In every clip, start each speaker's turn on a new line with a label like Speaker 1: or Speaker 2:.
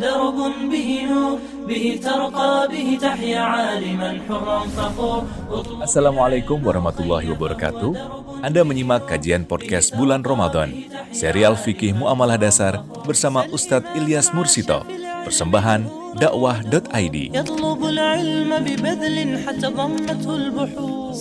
Speaker 1: درب به نور به ترقى به تحيا عالما حرا فخور.
Speaker 2: Assalamualaikum warahmatullahi wabarakatuh. Anda menyimak kajian podcast bulan Ramadan, serial fikih muamalah dasar bersama Ustadz Ilyas Mursito, persembahan dakwah.id.
Speaker 1: يطلب العلم ببذل حتى ضمته البحور.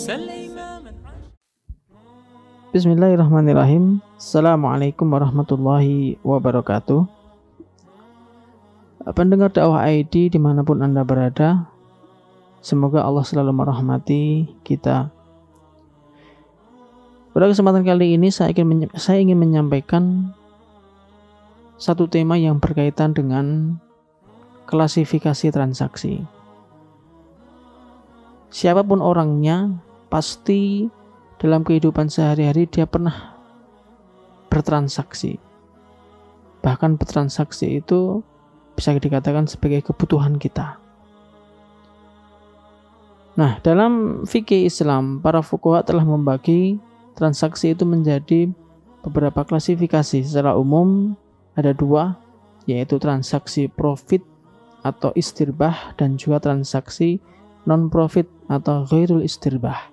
Speaker 3: Bismillahirrahmanirrahim. Assalamualaikum warahmatullahi wabarakatuh. Pendengar dakwah ID dimanapun Anda berada, semoga Allah selalu merahmati kita. Pada kesempatan kali ini saya ingin menyampaikan satu tema yang berkaitan dengan klasifikasi transaksi. Siapapun orangnya, pasti dalam kehidupan sehari-hari dia pernah bertransaksi. Bahkan bertransaksi itu bisa dikatakan sebagai kebutuhan kita. Nah, dalam fikih Islam, para fuqaha telah membagi transaksi itu menjadi beberapa klasifikasi. Secara umum ada dua, yaitu transaksi profit atau istirbah dan juga transaksi non-profit atau ghairul istirbah.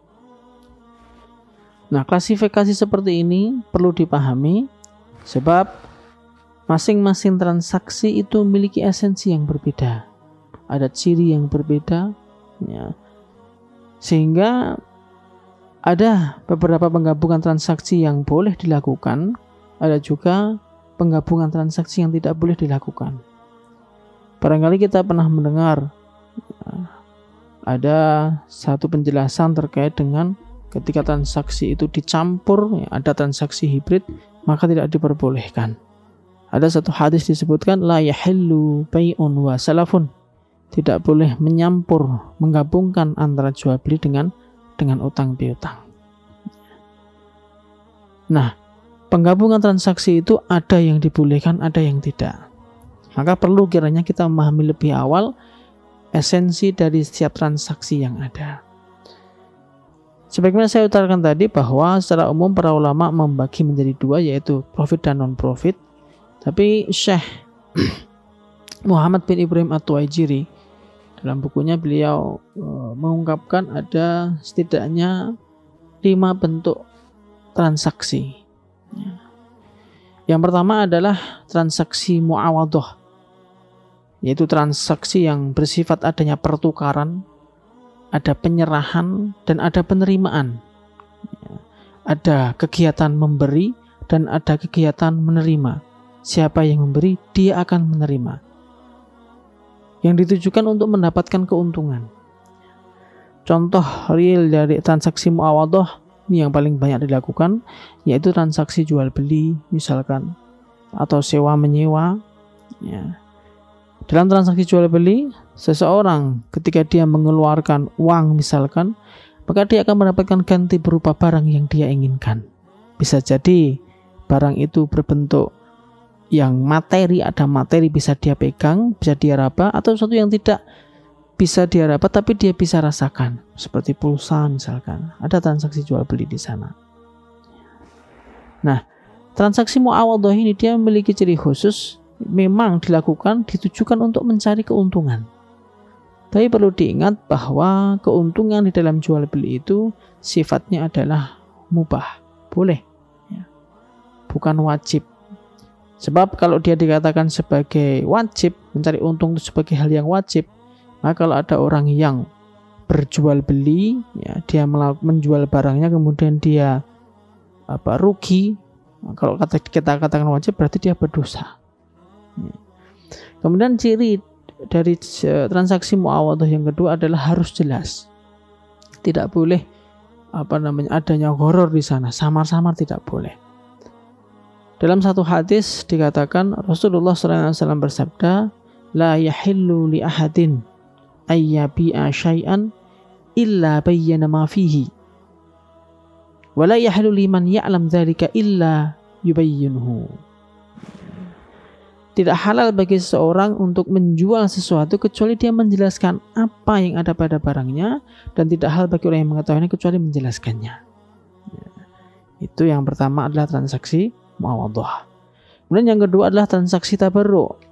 Speaker 3: Nah, klasifikasi seperti ini perlu dipahami sebab masing-masing transaksi itu memiliki esensi yang berbeda. Ada ciri yang berbeda, ya. Sehingga ada beberapa penggabungan transaksi yang boleh dilakukan, ada juga penggabungan transaksi yang tidak boleh dilakukan. Barangkali kita pernah mendengar ada satu penjelasan terkait dengan ketika transaksi itu dicampur, ada transaksi hibrid, maka tidak diperbolehkan. Ada satu hadis disebutkan la yahillu bai'un wa salafun. Tidak boleh menyampur, menggabungkan antara jual beli dengan utang piutang. Nah, penggabungan transaksi itu ada yang dibolehkan, ada yang tidak. Maka perlu kiranya kita memahami lebih awal esensi dari setiap transaksi yang ada. Sebagaimana saya utarakan tadi bahwa secara umum para ulama membagi menjadi dua, yaitu profit dan non-profit. Tapi Syekh Muhammad bin Ibrahim At-Tuwaijiri dalam bukunya beliau mengungkapkan ada setidaknya 5 bentuk transaksi. Yang pertama adalah transaksi muawadhah, yaitu transaksi yang bersifat adanya pertukaran, ada penyerahan dan ada penerimaan. Ada kegiatan memberi dan ada kegiatan menerima. Siapa yang memberi, dia akan menerima. Yang ditujukan untuk mendapatkan keuntungan. Contoh real dari transaksi muawadhah ini yang paling banyak dilakukan, yaitu transaksi jual beli misalkan, atau sewa menyewa. Dalam transaksi jual beli, seseorang ketika dia mengeluarkan uang misalkan, maka dia akan mendapatkan ganti berupa barang yang dia inginkan. Bisa jadi barang itu berbentuk yang materi, ada materi bisa dia pegang, bisa dia raba, atau sesuatu yang tidak bisa dia raba tapi dia bisa rasakan, seperti pulsa misalkan. Ada transaksi jual beli di sana. Nah, transaksi muawadhah ini dia memiliki ciri khusus, memang dilakukan ditujukan untuk mencari keuntungan. Tapi perlu diingat bahwa keuntungan di dalam jual beli itu sifatnya adalah mubah, boleh, ya. Bukan wajib. Sebab kalau dia dikatakan sebagai wajib, mencari untung itu sebagai hal yang wajib, maka kalau ada orang yang berjual beli, ya, dia menjual barangnya kemudian dia rugi, kalau kita katakan wajib berarti dia berdosa. Kemudian ciri dari transaksi muawadhah yang kedua adalah harus jelas. Tidak boleh adanya gharar di sana, samar-samar tidak boleh. Dalam satu hadis dikatakan Rasulullah SAW bersabda, la yahillu li ahadin ayyabi'a syai'an illa bayyana ma fihi wa la yahillu liman ya'lam dzalika illa yubayyinhu. Tidak halal bagi seseorang untuk menjual sesuatu kecuali dia menjelaskan apa yang ada pada barangnya, dan tidak halal bagi orang yang mengetahuinya kecuali menjelaskannya. Itu yang pertama adalah transaksi muawadhah. Kemudian yang kedua adalah transaksi tabarru.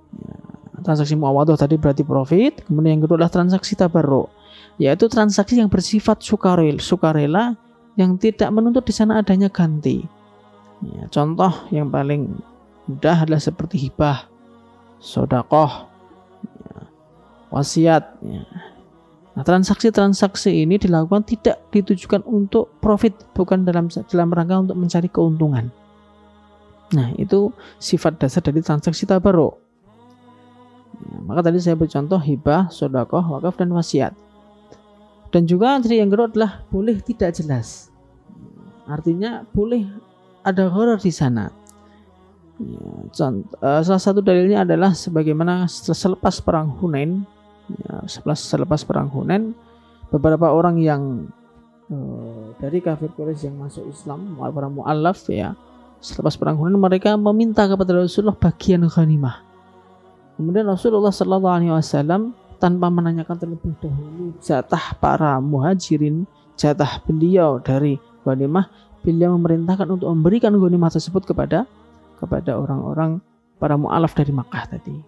Speaker 3: Transaksi muawadhah tadi berarti profit. Kemudian yang kedua adalah transaksi tabarruk, yaitu transaksi yang bersifat sukarela yang tidak menuntut di sana adanya ganti. Contoh yang paling mudah adalah seperti hibah, sedekah, wasiat. Nah, transaksi-transaksi ini dilakukan tidak ditujukan untuk profit, bukan dalam rangka untuk mencari keuntungan. Nah, itu sifat dasar dari transaksi tabarruk. Maka tadi saya bercontoh hibah, sedekah, wakaf, dan wasiat. Dan juga yang kedua adalah boleh tidak jelas. Artinya boleh ada gharar di sana. Salah satu dalilnya adalah sebagaimana selepas perang Hunain. Selepas perang Hunain, beberapa orang yang dari kafir Quraisy yang masuk Islam, para mu'allaf ya, selepas perang Hunain mereka meminta kepada Rasulullah bagian ghanimah. Kemudian Rasulullah SAW tanpa menanyakan terlebih dahulu jatah para muhajirin, jatah beliau dari ghanimah, beliau memerintahkan untuk memberikan ghanimah tersebut kepada orang-orang para mu'alaf dari Makkah tadi.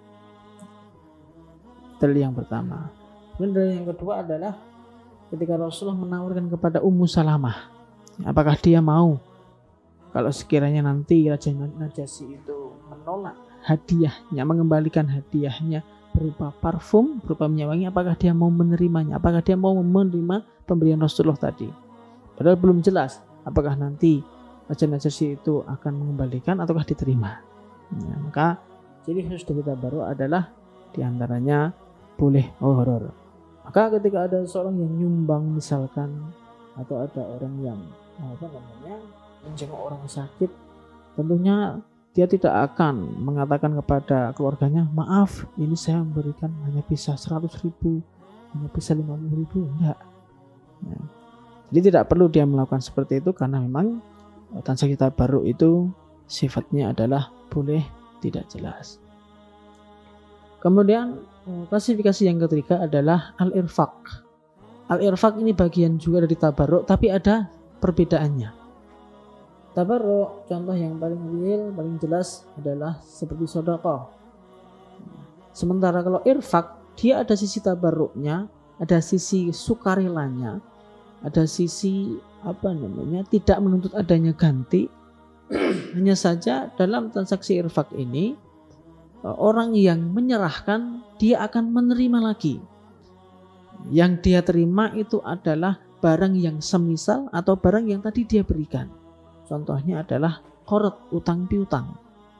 Speaker 3: Dalil yang pertama. Kemudian dalil yang kedua adalah ketika Rasulullah menawarkan kepada Ummu Salamah, apakah dia mau kalau sekiranya nanti Raja Najasyi itu menolak hadiahnya, mengembalikan hadiahnya berupa parfum, berupa minyak wangi, apakah dia mau menerimanya, apakah dia mau menerima pemberian Rasulullah tadi. Padahal belum jelas apakah nanti Raja Najasyi itu akan mengembalikan ataukah diterima. Maka ciri khusus dari tabarruk adalah diantaranya boleh gharar. Maka ketika ada seorang yang nyumbang misalkan, atau ada orang yang menjenguk orang sakit, tentunya dia tidak akan mengatakan kepada keluarganya, maaf ini saya memberikan hanya bisa 100.000, hanya bisa 50.000, enggak. Jadi tidak perlu dia melakukan seperti itu, karena memang transaksi tabarruk itu sifatnya adalah boleh tidak jelas. Kemudian klasifikasi yang ketiga adalah al-irfaq. Al-irfaq ini bagian juga dari tabarruk, tapi ada perbedaannya. Tabarruk contoh yang paling real, paling jelas adalah seperti sedekah. Sementara kalau irfaq, dia ada sisi tabarruknya, ada sisi sukarelanya, ada sisi tidak menuntut adanya ganti. Hanya saja dalam transaksi irfaq ini, orang yang menyerahkan dia akan menerima lagi. Yang dia terima itu adalah barang yang semisal atau barang yang tadi dia berikan. Contohnya adalah qard, utang piutang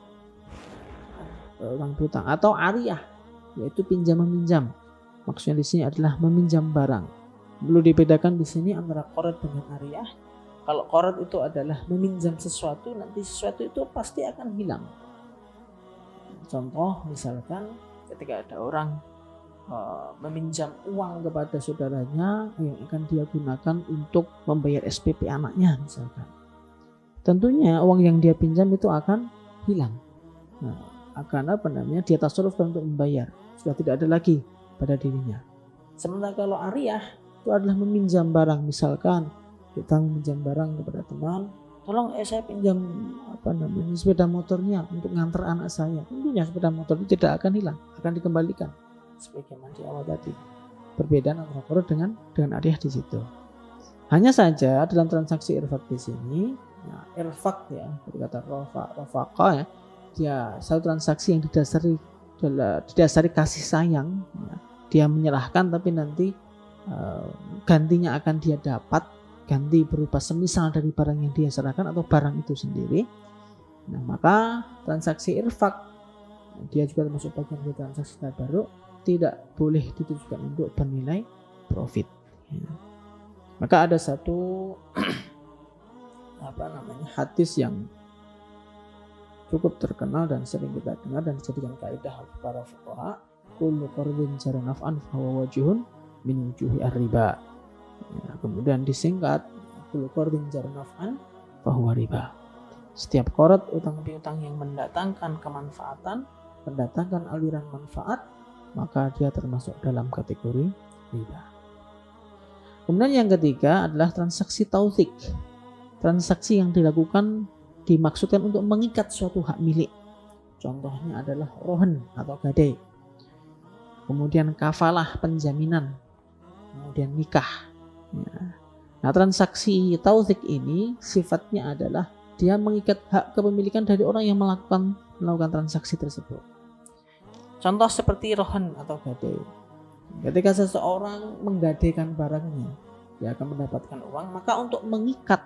Speaker 3: atau ariyah, yaitu pinjam meminjam. Maksudnya di sini adalah meminjam barang. Perlu dibedakan di sini antara qard dengan ariyah. Kalau qard itu adalah meminjam sesuatu, nanti sesuatu itu pasti akan hilang. Contoh misalkan ketika ada orang meminjam uang kepada saudaranya yang akan dia gunakan untuk membayar SPP anaknya misalkan. Tentunya uang yang dia pinjam itu akan hilang. Akan dia tasarrufkan untuk membayar. Sudah tidak ada lagi pada dirinya. Sementara kalau ariyah itu adalah meminjam barang, misalkan kita meminjam barang kepada teman, tolong saya pinjam sepeda motornya untuk ngantar anak saya. Tentunya sepeda motor itu tidak akan hilang, akan dikembalikan sebagaimana di awal tadi. Perbedaan antara qard dengan ariyah di situ. Hanya saja dalam transaksi irfaq di sini, irfaq ya, dari kata rafaqa ya, dia satu transaksi yang didasari kasih sayang. Dia menyerahkan tapi nanti gantinya akan dia dapat, ganti berupa semisal dari barang yang dia serahkan atau barang itu sendiri. Maka transaksi irfaq dia juga termasuk bagian dari transaksi tabarruk, tidak boleh ditujukan untuk bernilai profit. Maka ada satu hadis yang cukup terkenal dan sering kita dengar dan dijadikan kaidah para fuqaha, kullu qardin jara naf'an fahuwa wajhun min wujuhi ar-riba. Kemudian disingkat, kullu qardin jara naf'an fahuwa riba. Setiap qard, utang piutang yang mendatangkan kemanfaatan, mendatangkan aliran manfaat, maka dia termasuk dalam kategori riba. Kemudian yang ketiga adalah transaksi tauthik. Transaksi yang dilakukan dimaksudkan untuk mengikat suatu hak milik. contohnya adalah rohen atau gadai. Kemudian kafalah, penjaminan. Kemudian nikah. Ya. Nah, transaksi tauthik ini sifatnya adalah dia mengikat hak kepemilikan dari orang yang melakukan transaksi tersebut. Contoh seperti rohen atau gadai. Ketika seseorang menggadaikan barangnya, dia akan mendapatkan uang. Maka untuk mengikat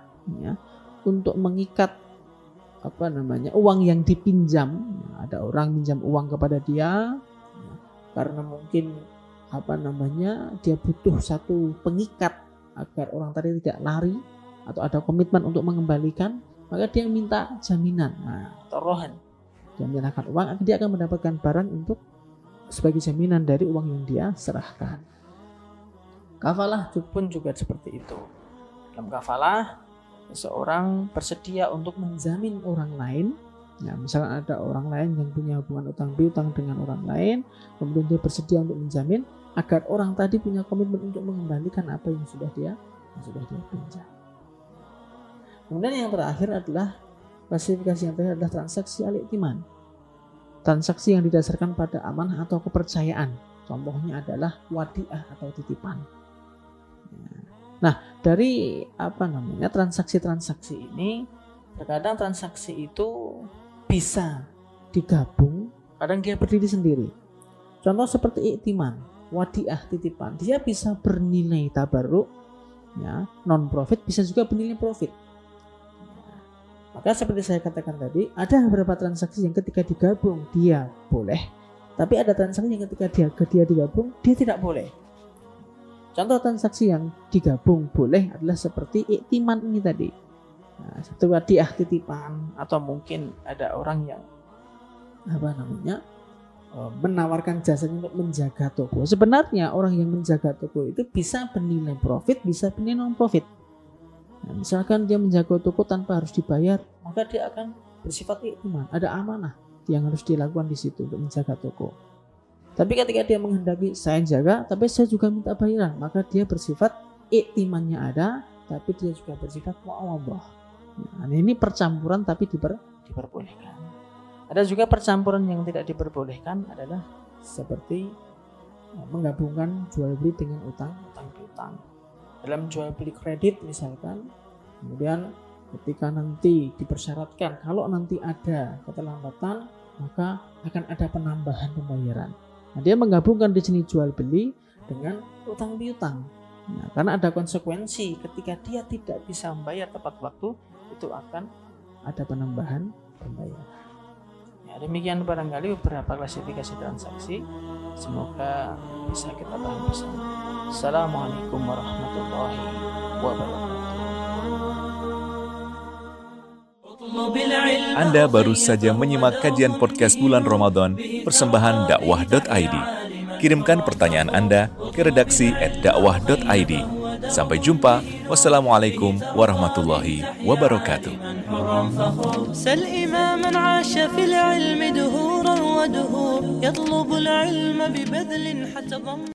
Speaker 3: uang yang dipinjam, ada orang minjam uang kepada dia, karena mungkin dia butuh satu pengikat agar orang tadi tidak lari atau ada komitmen untuk mengembalikan, maka dia minta jaminan atau rohen. Dia menyerahkan uang, dia akan mendapatkan barang untuk sebagai jaminan dari uang yang dia serahkan. Kafalah pun juga seperti itu. Dalam kafalah, seseorang bersedia untuk menjamin orang lain. Ya, misalkan ada orang lain yang punya hubungan utang piutang dengan orang lain, kemudian dia bersedia untuk menjamin agar orang tadi punya komitmen untuk mengembalikan apa yang sudah dia pinjam. Kemudian yang terakhir adalah klasifikasi yang terakhir adalah transaksi al-i'timan. Transaksi yang didasarkan pada amanah atau kepercayaan. Contohnya adalah wadiah atau titipan. Nah, dari transaksi-transaksi ini, terkadang transaksi itu bisa digabung, kadang dia berdiri sendiri. Contoh seperti i'timan, wadiah, titipan, dia bisa bernilai tabarruk, non profit, bisa juga bernilai profit. Maka seperti saya katakan tadi, ada beberapa transaksi yang ketika digabung dia boleh, tapi ada transaksi yang ketika dia digabung dia tidak boleh. Contoh transaksi yang digabung boleh adalah seperti i'timan ini tadi. Satu wadiah titipan, atau mungkin ada orang yang menawarkan jasanya untuk menjaga toko. Sebenarnya orang yang menjaga toko itu bisa bernilai profit, bisa bernilai non profit. Nah, misalkan dia menjaga toko tanpa harus dibayar, maka dia akan bersifat i'timan. Ada amanah yang harus dilakukan di situ untuk menjaga toko. Tapi ketika dia menghendaki saya jaga, tapi saya juga minta bayaran, maka dia bersifat i'timannya ada, tapi dia juga bersifat mu'awadhah. Nah, ini percampuran tapi diperbolehkan. Ada juga percampuran yang tidak diperbolehkan adalah seperti menggabungkan jual beli dengan utang piutang. Dalam jual beli kredit misalkan, kemudian ketika nanti dipersyaratkan kalau nanti ada keterlambatan maka akan ada penambahan pembayaran. Nah, dia menggabungkan di sini jual beli dengan utang piutang. Nah, karena ada konsekuensi ketika dia tidak bisa membayar tepat waktu, itu akan ada penambahan pembayaran. Ya, demikian barangkali beberapa klasifikasi transaksi. Semoga bisa kita paham bersama. Assalamualaikum warahmatullahi wabarakatuh.
Speaker 2: Anda baru saja menyimak kajian podcast bulan Ramadan persembahan dakwah.id. Kirimkan pertanyaan Anda ke redaksi @dakwah.id. Sampai jumpa. Wassalamualaikum warahmatullahi wabarakatuh.
Speaker 1: سل إماما عاش في العلم دهورا ودهور يطلب العلم ببذل حتى ضم